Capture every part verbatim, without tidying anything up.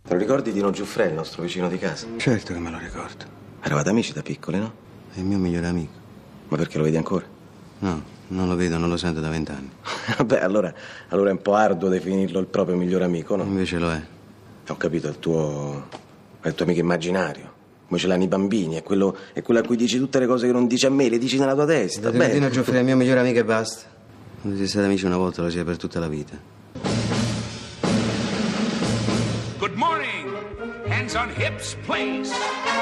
Te lo ricordi Dino Giuffre, il nostro vicino di casa? Certo che me lo ricordo. Eravate amici da piccoli, no? È il mio migliore amico. Ma perché lo vedi ancora? No, non lo vedo, non lo sento da vent'anni. Vabbè, allora, allora è un po' arduo definirlo il proprio migliore amico, no? Invece lo è. Ho capito, è il tuo... è il tuo amico immaginario. Come ce l'hanno i bambini, è quello, è quello a cui dici tutte le cose che non dici a me, le dici nella tua testa. Dino Dino Giuffre è il mio migliore amico e basta. Quando si è stati amici una volta, lo si è per tutta la vita. Good morning. Hands on hips, please.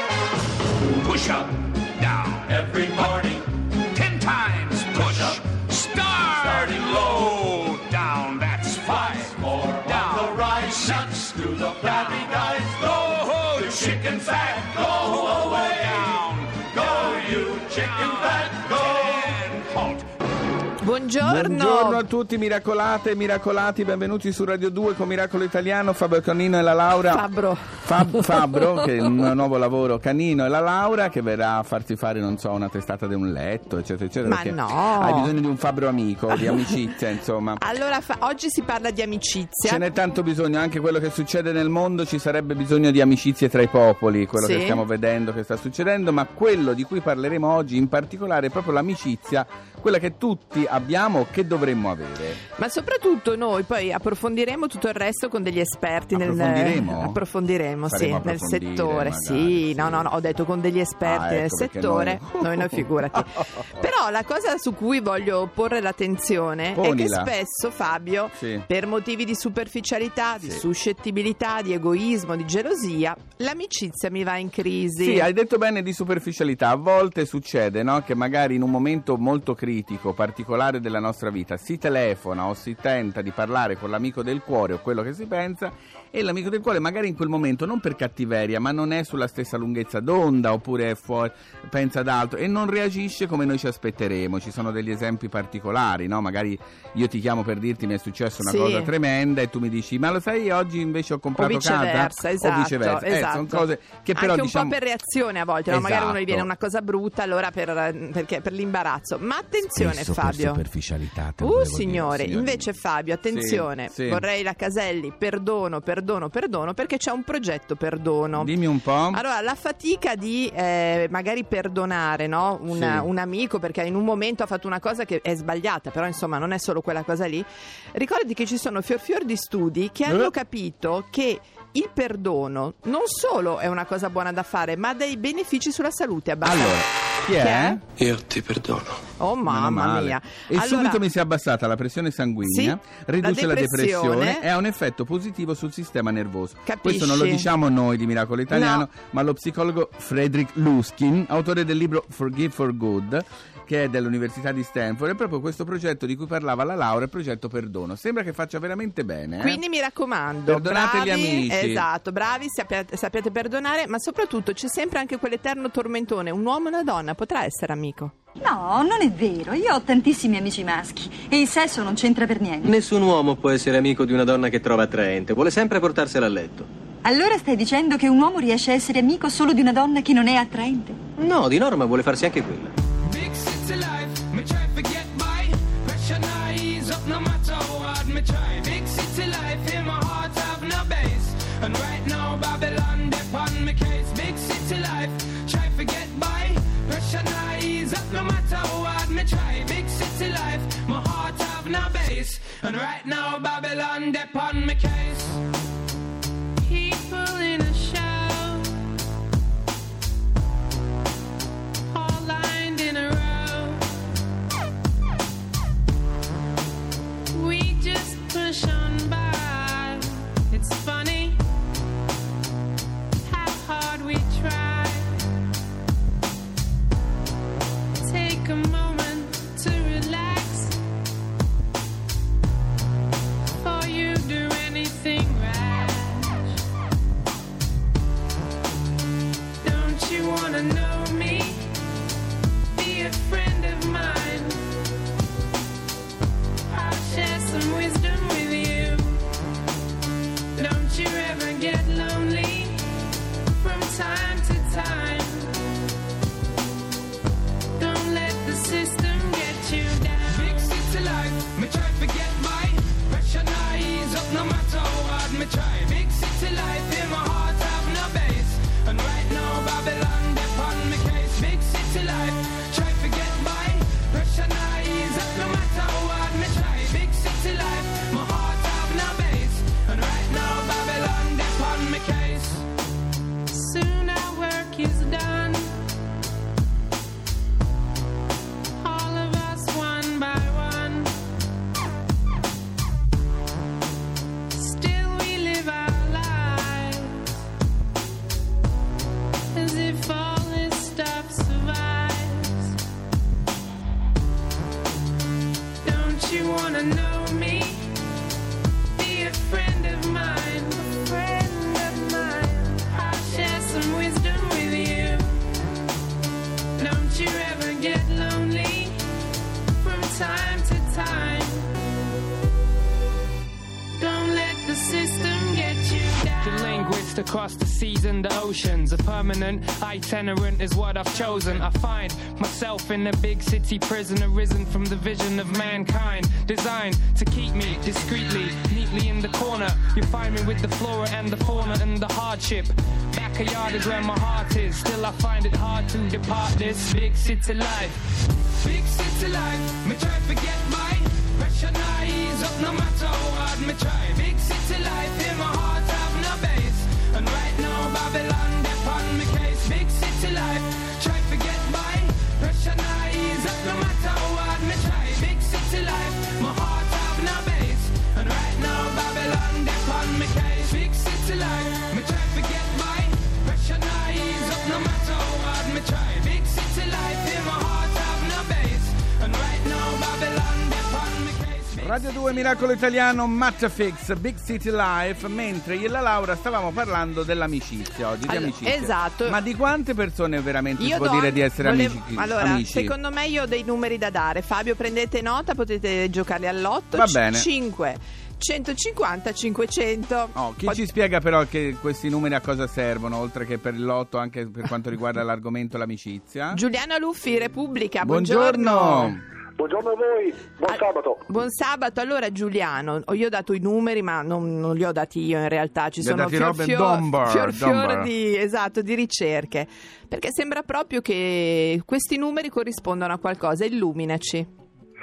Push up, down. Every morning. Ten times push up. Start. Starting low. Down, that's five. More down. On the rise. Six. To the flabby guys. Go, you chicken fat. Go away. Down. Go, you chicken fat. Go. Ten. Halt. Buongiorno. Buongiorno a tutti, miracolate e miracolati, benvenuti su Radio due con Miracolo Italiano, Fabio Canino e la Laura. Fabbro. Fab, Fabbro, che è il mio nuovo lavoro, Canino e la Laura, che verrà a farti fare, non so, una testata di un letto, eccetera, eccetera. Ma perché no. hai bisogno di un Fabbro amico, di amicizia, insomma. Allora, fa- oggi si parla di amicizia. Ce n'è tanto bisogno, anche quello che succede nel mondo, ci sarebbe bisogno di amicizie tra i popoli, quello Sì. che stiamo vedendo, che sta succedendo, ma quello di cui parleremo oggi in particolare è proprio l'amicizia, quella che tutti abbiamo o che dovremmo avere. Ma soprattutto noi poi approfondiremo tutto il resto con degli esperti. Approfondiremo? Nel, approfondiremo, sì, Faremo nel approfondire, settore. magari, sì, sì. no, no, no, ho detto con degli esperti Ah, nel ecco, perché settore. noi- Noi, noi figurati. Però la cosa su cui voglio porre l'attenzione Ponila. è che spesso, Fabio, Sì. per motivi di superficialità, di Sì. suscettibilità, di egoismo, di gelosia, l'amicizia mi va in crisi. Sì, hai detto bene di superficialità. A volte succede, no, che magari in un momento molto critico, particolare della nostra vita, si telefona o si tenta di parlare con l'amico del cuore o quello che si pensa, e l'amico del cuore magari in quel momento, non per cattiveria, ma non è sulla stessa lunghezza d'onda, oppure è fuori, pensa ad altro e non reagisce come noi ci aspetteremo. Ci sono degli esempi particolari, no? Magari io ti chiamo per dirti mi è successa una Sì. cosa tremenda e tu mi dici ma lo sai, oggi invece ho comprato O viceversa, casa, esatto, o viceversa. Eh, esatto. sono cose che però anche un diciamo... po' per reazione a volte, no? Magari uno gli Esatto. viene una cosa brutta, allora per, perché, per l'imbarazzo. Ma attenzione, Spesso Fabio. per superficialità, te lo Uh, volevo signore, dire, signori. invece Fabio, attenzione, Sì, sì. vorrei la Caselli, perdono, perdono, perdono, perché c'è un progetto perdono. Dimmi un po'. Allora, la fatica di eh, magari perdonare, no? Una- Sì. un amico perché in un momento ha fatto una cosa che è sbagliata, però insomma non è solo quella cosa lì. Ricordati che ci sono fior fior di studi che hanno Eh. capito che il perdono non solo è una cosa buona da fare, ma ha dei benefici sulla salute. Abbastanza. Allora, chi è? Chi Io ti perdono. Oh Meno mamma male. mia. E Allora, subito mi si è abbassata la pressione sanguigna, Sì, riduce la la depressione. depressione e ha un effetto positivo sul sistema nervoso. Capisci? Questo non lo diciamo noi di Miracolo Italiano, No. ma lo psicologo Frederick Luskin, autore del libro Forgive for Good, che è dell'Università di Stanford. È proprio questo progetto di cui parlava la Laura, il progetto Perdono. Sembra che faccia veramente bene. eh? Quindi mi raccomando, Perdonate bravi, gli amici. esatto, bravi, sappiate, sappiate perdonare, ma soprattutto c'è sempre anche quell'eterno tormentone, un uomo e una donna potrà essere amico. No, non è vero. Io ho tantissimi amici maschi e il sesso non c'entra per niente. Nessun uomo può essere amico di una donna che trova attraente, vuole sempre portarsela a letto. Allora stai dicendo che un uomo riesce a essere amico solo di una donna che non è attraente? No, di norma vuole farsi anche quella. Big city life, me try to get by. Pressure now ease up no matter how hard me try. Big city life, in my heart have no base. And right now Babylon dip on me case. Big city life, try to get by. Pressure now ease up no matter how hard me try. Big city life, my heart have no base. And right now Babylon dip on me case. People in a show, all lined in a row. We just push on by. It's funny how hard we try. Take a moment to relax before you do anything right. coast, across the seas and the oceans. A permanent itinerant is what I've chosen. I find myself in a big city prison, arisen from the vision of mankind, designed to keep me discreetly, neatly in the corner. You find me with the flora and the fauna and the hardship. Backyard is where my heart is. Still I find it hard to depart this big city life. Big city life, me try to forget my pressure, now ease up no matter how hard me try. Big city life, in my heart have no base, and right now Babylon they're on me case. Big city life, try to forget my pressure, now ease up no matter how hard me try. Big city life, my heart have no base, and right now Babylon they're on me case. Big city life, me try to forget my pressure, now ease up no matter how hard me try. Big city life, in my heart have no base, and right now Babylon they're on me case. Radio due Miracolo Italiano, Mattafix, Big City Life, mentre io e la Laura stavamo parlando dell'amicizia oggi, di Allora, amicizia. esatto. Ma di quante persone veramente Io si può do dire an- di essere volevo- amici? Allora, amici? secondo me io ho dei numeri da dare. Fabio, prendete nota, potete giocare all'otto. Va bene. cinque, centocinquanta, cinquecento. Oh, chi Poi- ci spiega però che questi numeri a cosa servono, oltre che per il lotto, anche per quanto riguarda l'argomento l'amicizia? Giuliano Luffi, Repubblica, buongiorno. Buongiorno. Buongiorno a voi, buon Ah, sabato. Buon sabato. Allora Giuliano, io ho dato i numeri, ma non, non li ho dati io in realtà, ci Li ha sono dati fior Robert fior, Dunbar, fior fior Dunbar. di, esatto, di ricerche, perché sembra proprio che questi numeri corrispondano a qualcosa. Illuminaci.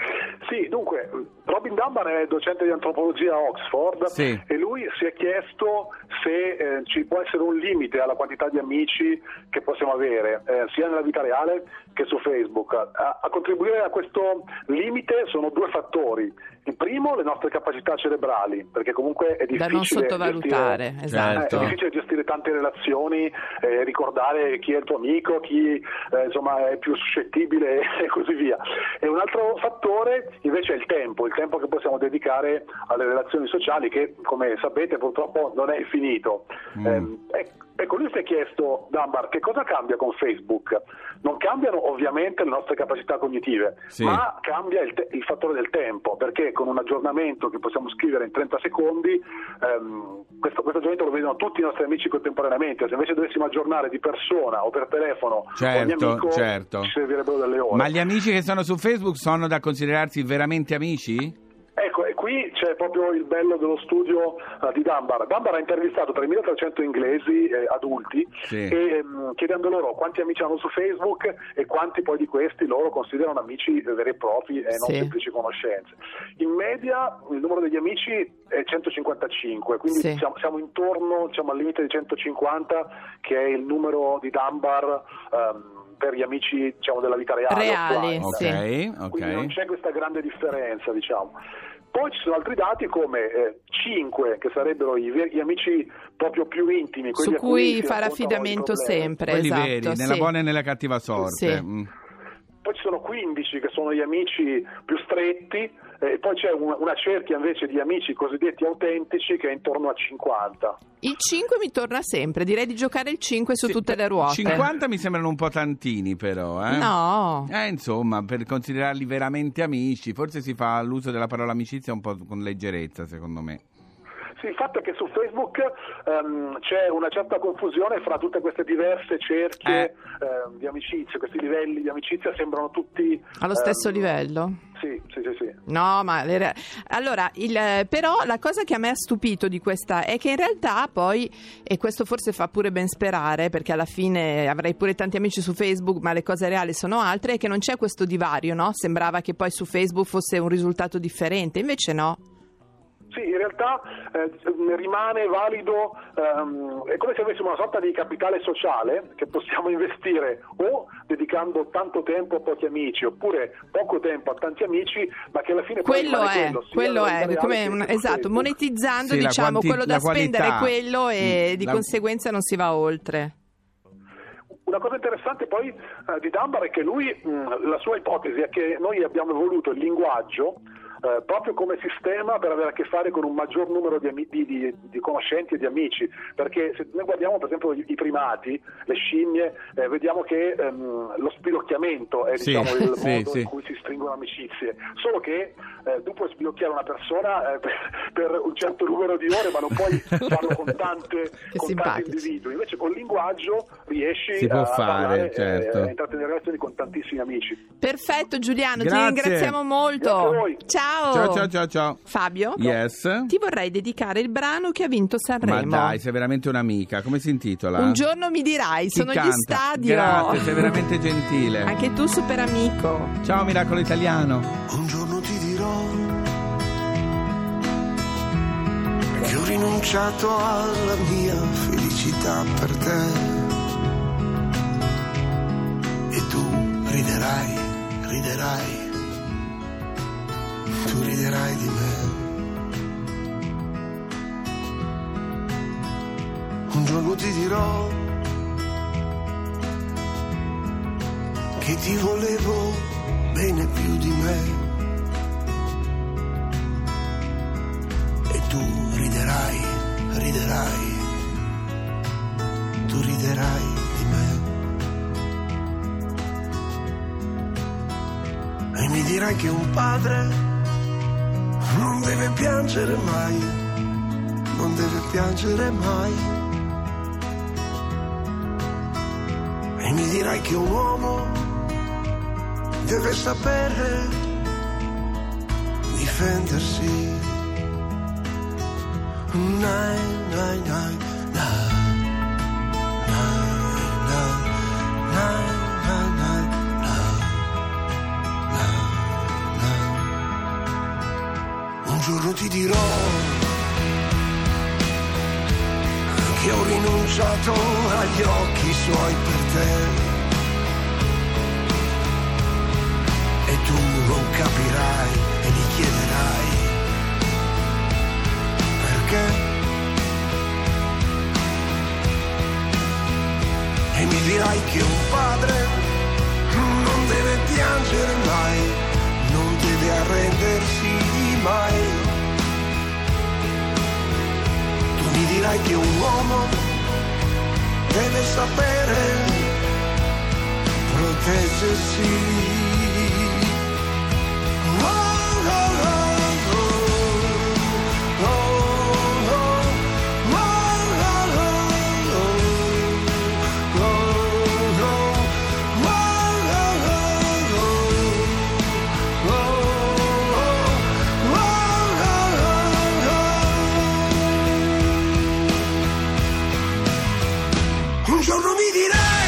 Sì, dunque, Robin Dunbar è docente di antropologia a Oxford Sì. e lui si è chiesto se eh, ci può essere un limite alla quantità di amici che possiamo avere, eh, sia nella vita reale che su Facebook. A, a contribuire a questo limite sono due fattori. Il primo, le nostre capacità cerebrali, perché comunque è difficile Da non sottovalutare, gestire, esatto. eh, è difficile gestire tante relazioni, eh, ricordare chi è il tuo amico, chi eh, insomma è più suscettibile e così via. E un altro fattore invece è il tempo, il tempo che possiamo dedicare alle relazioni sociali, che come sapete purtroppo non è finito. Mm. Eh, ecco, lui si è chiesto, Dunbar, che cosa cambia con Facebook? Non cambiano ovviamente le nostre capacità cognitive, Sì. ma cambia il, te- il fattore del tempo, perché con un aggiornamento che possiamo scrivere in trenta secondi, ehm, questo, questo aggiornamento lo vedono tutti i nostri amici contemporaneamente. Se invece dovessimo aggiornare di persona o per telefono ogni Certo, amico, certo. ci servirebbero delle ore. Ma gli amici che sono su Facebook sono da considerarsi veramente amici? Ecco, e qui c'è proprio il bello dello studio uh, di Dunbar. Dunbar ha intervistato tremilatrecento inglesi eh, adulti Sì. e um, chiedendo loro quanti amici hanno su Facebook e quanti poi di questi loro considerano amici veri e propri e non Sì. semplici conoscenze. In media il numero degli amici è centocinquantacinque, quindi Sì. siamo, siamo intorno, diciamo, al limite di centocinquanta, che è il numero di Dunbar um, per gli amici, diciamo, della vita reale. Reali, offline. Ok, Quindi non ok. c'è questa grande differenza, diciamo. Poi ci sono altri dati come eh, cinque, che sarebbero i veri- gli amici proprio più intimi, quelli Su a cui si fare raccontano i affidamento problemi. sempre, Quelli esatto. veri, nella sì. buona e nella cattiva sorte. Sì. Mm. Poi ci sono quindici che sono gli amici più stretti, e poi c'è un- una cerchia invece di amici cosiddetti autentici che è intorno a cinquanta. Il cinque mi torna sempre, direi di giocare il cinque su Sì, tutte le ruote. cinquanta mi sembrano un po' tantini però, eh? No. Eh, insomma, per considerarli veramente amici, forse si fa l'uso della parola amicizia un po' con leggerezza, secondo me. Sì, il fatto è che su Facebook ehm, c'è una certa confusione fra tutte queste diverse cerchie Eh. ehm, di amicizia, questi livelli di amicizia sembrano tutti Allo stesso ehm, livello? Sì, sì, sì, sì. No, ma le re- allora, il, però la cosa che a me ha stupito di questa è che in realtà poi, e questo forse fa pure ben sperare, perché alla fine avrei pure tanti amici su Facebook, ma le cose reali sono altre, è che non c'è questo divario, no? Sembrava che poi su Facebook fosse un risultato differente, invece no. Sì, in realtà eh, rimane valido, ehm, è come se avessimo una sorta di capitale sociale che possiamo investire o dedicando tanto tempo a pochi amici oppure poco tempo a tanti amici, ma che alla fine poi Quello rimane è, quello, sia quello nella vita è, reale come che un- su esatto, Facebook. monetizzando Sì, la diciamo quanti- quello da la spendere qualità. è quello e Mm, di la- conseguenza non si va oltre. Una cosa interessante poi eh, di Dunbar è che lui, mh, la sua ipotesi è che noi abbiamo evoluto il linguaggio eh, proprio come sistema per avere a che fare con un maggior numero di, ami- di, di, di conoscenti e di amici, perché se noi guardiamo per esempio i, i primati, le scimmie, eh, vediamo che ehm, lo spilocchiamento è sì, diciamo, il sì, modo sì. in cui si stringono amicizie, solo che eh, tu puoi spilocchiare una persona eh, per, per un certo numero di ore, ma non puoi farlo con, tante, con tanti individui. Invece col linguaggio riesci si può a fare, parlare certo. e a intrattenere relazioni con tantissimi amici. Perfetto Giuliano, Grazie. ti ringraziamo molto. Grazie a voi. Ciao. Ciao ciao ciao ciao. Fabio? Yes. Ti vorrei dedicare il brano che ha vinto Sanremo. Ma dai, sei veramente un'amica. Come si intitola? Un giorno mi dirai, Chi sono canta? gli Stadio. Grazie, sei veramente gentile. Anche tu super amico. Ciao Miracolo Italiano. Un giorno ti dirò che ho rinunciato alla mia felicità per te e tu riderai, riderai, tu riderai di me. Un giorno ti dirò che ti volevo bene più di me e tu riderai, riderai, tu riderai di me e mi dirai che un padre non deve piangere mai, non deve piangere mai. E mi dirai che un uomo deve sapere difendersi. Nai, nai, nai, nai, nai, nai, nai, nai, nai, nai, nai. Un giorno ti dirò che ho rinunciato agli occhi suoi per te e tu non capirai e mi chiederai perché e mi dirai che un padre non deve piangere mai, non deve arrendersi mai. Mi dirai che un uomo deve sapere proteggersi. Oh, oh, oh, oh, oh, oh, oh, un giorno mi direi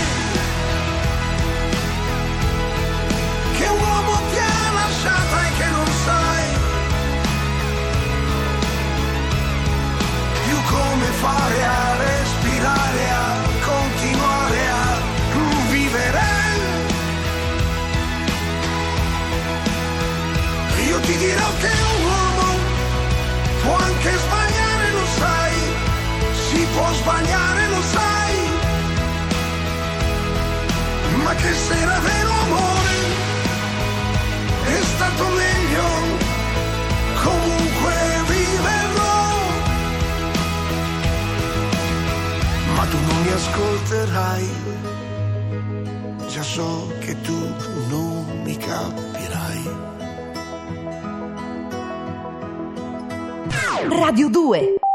che un uomo ti ha lasciato e che non sai più come fare a respirare, a continuare a vivere. Io ti dirò che un uomo può anche sbagliare, lo sai, si può sbagliare, lo sai. Ma che se era vero amore è stato meglio, comunque viverò. Ma tu non mi ascolterai, già so che tu non mi capirai. Radio due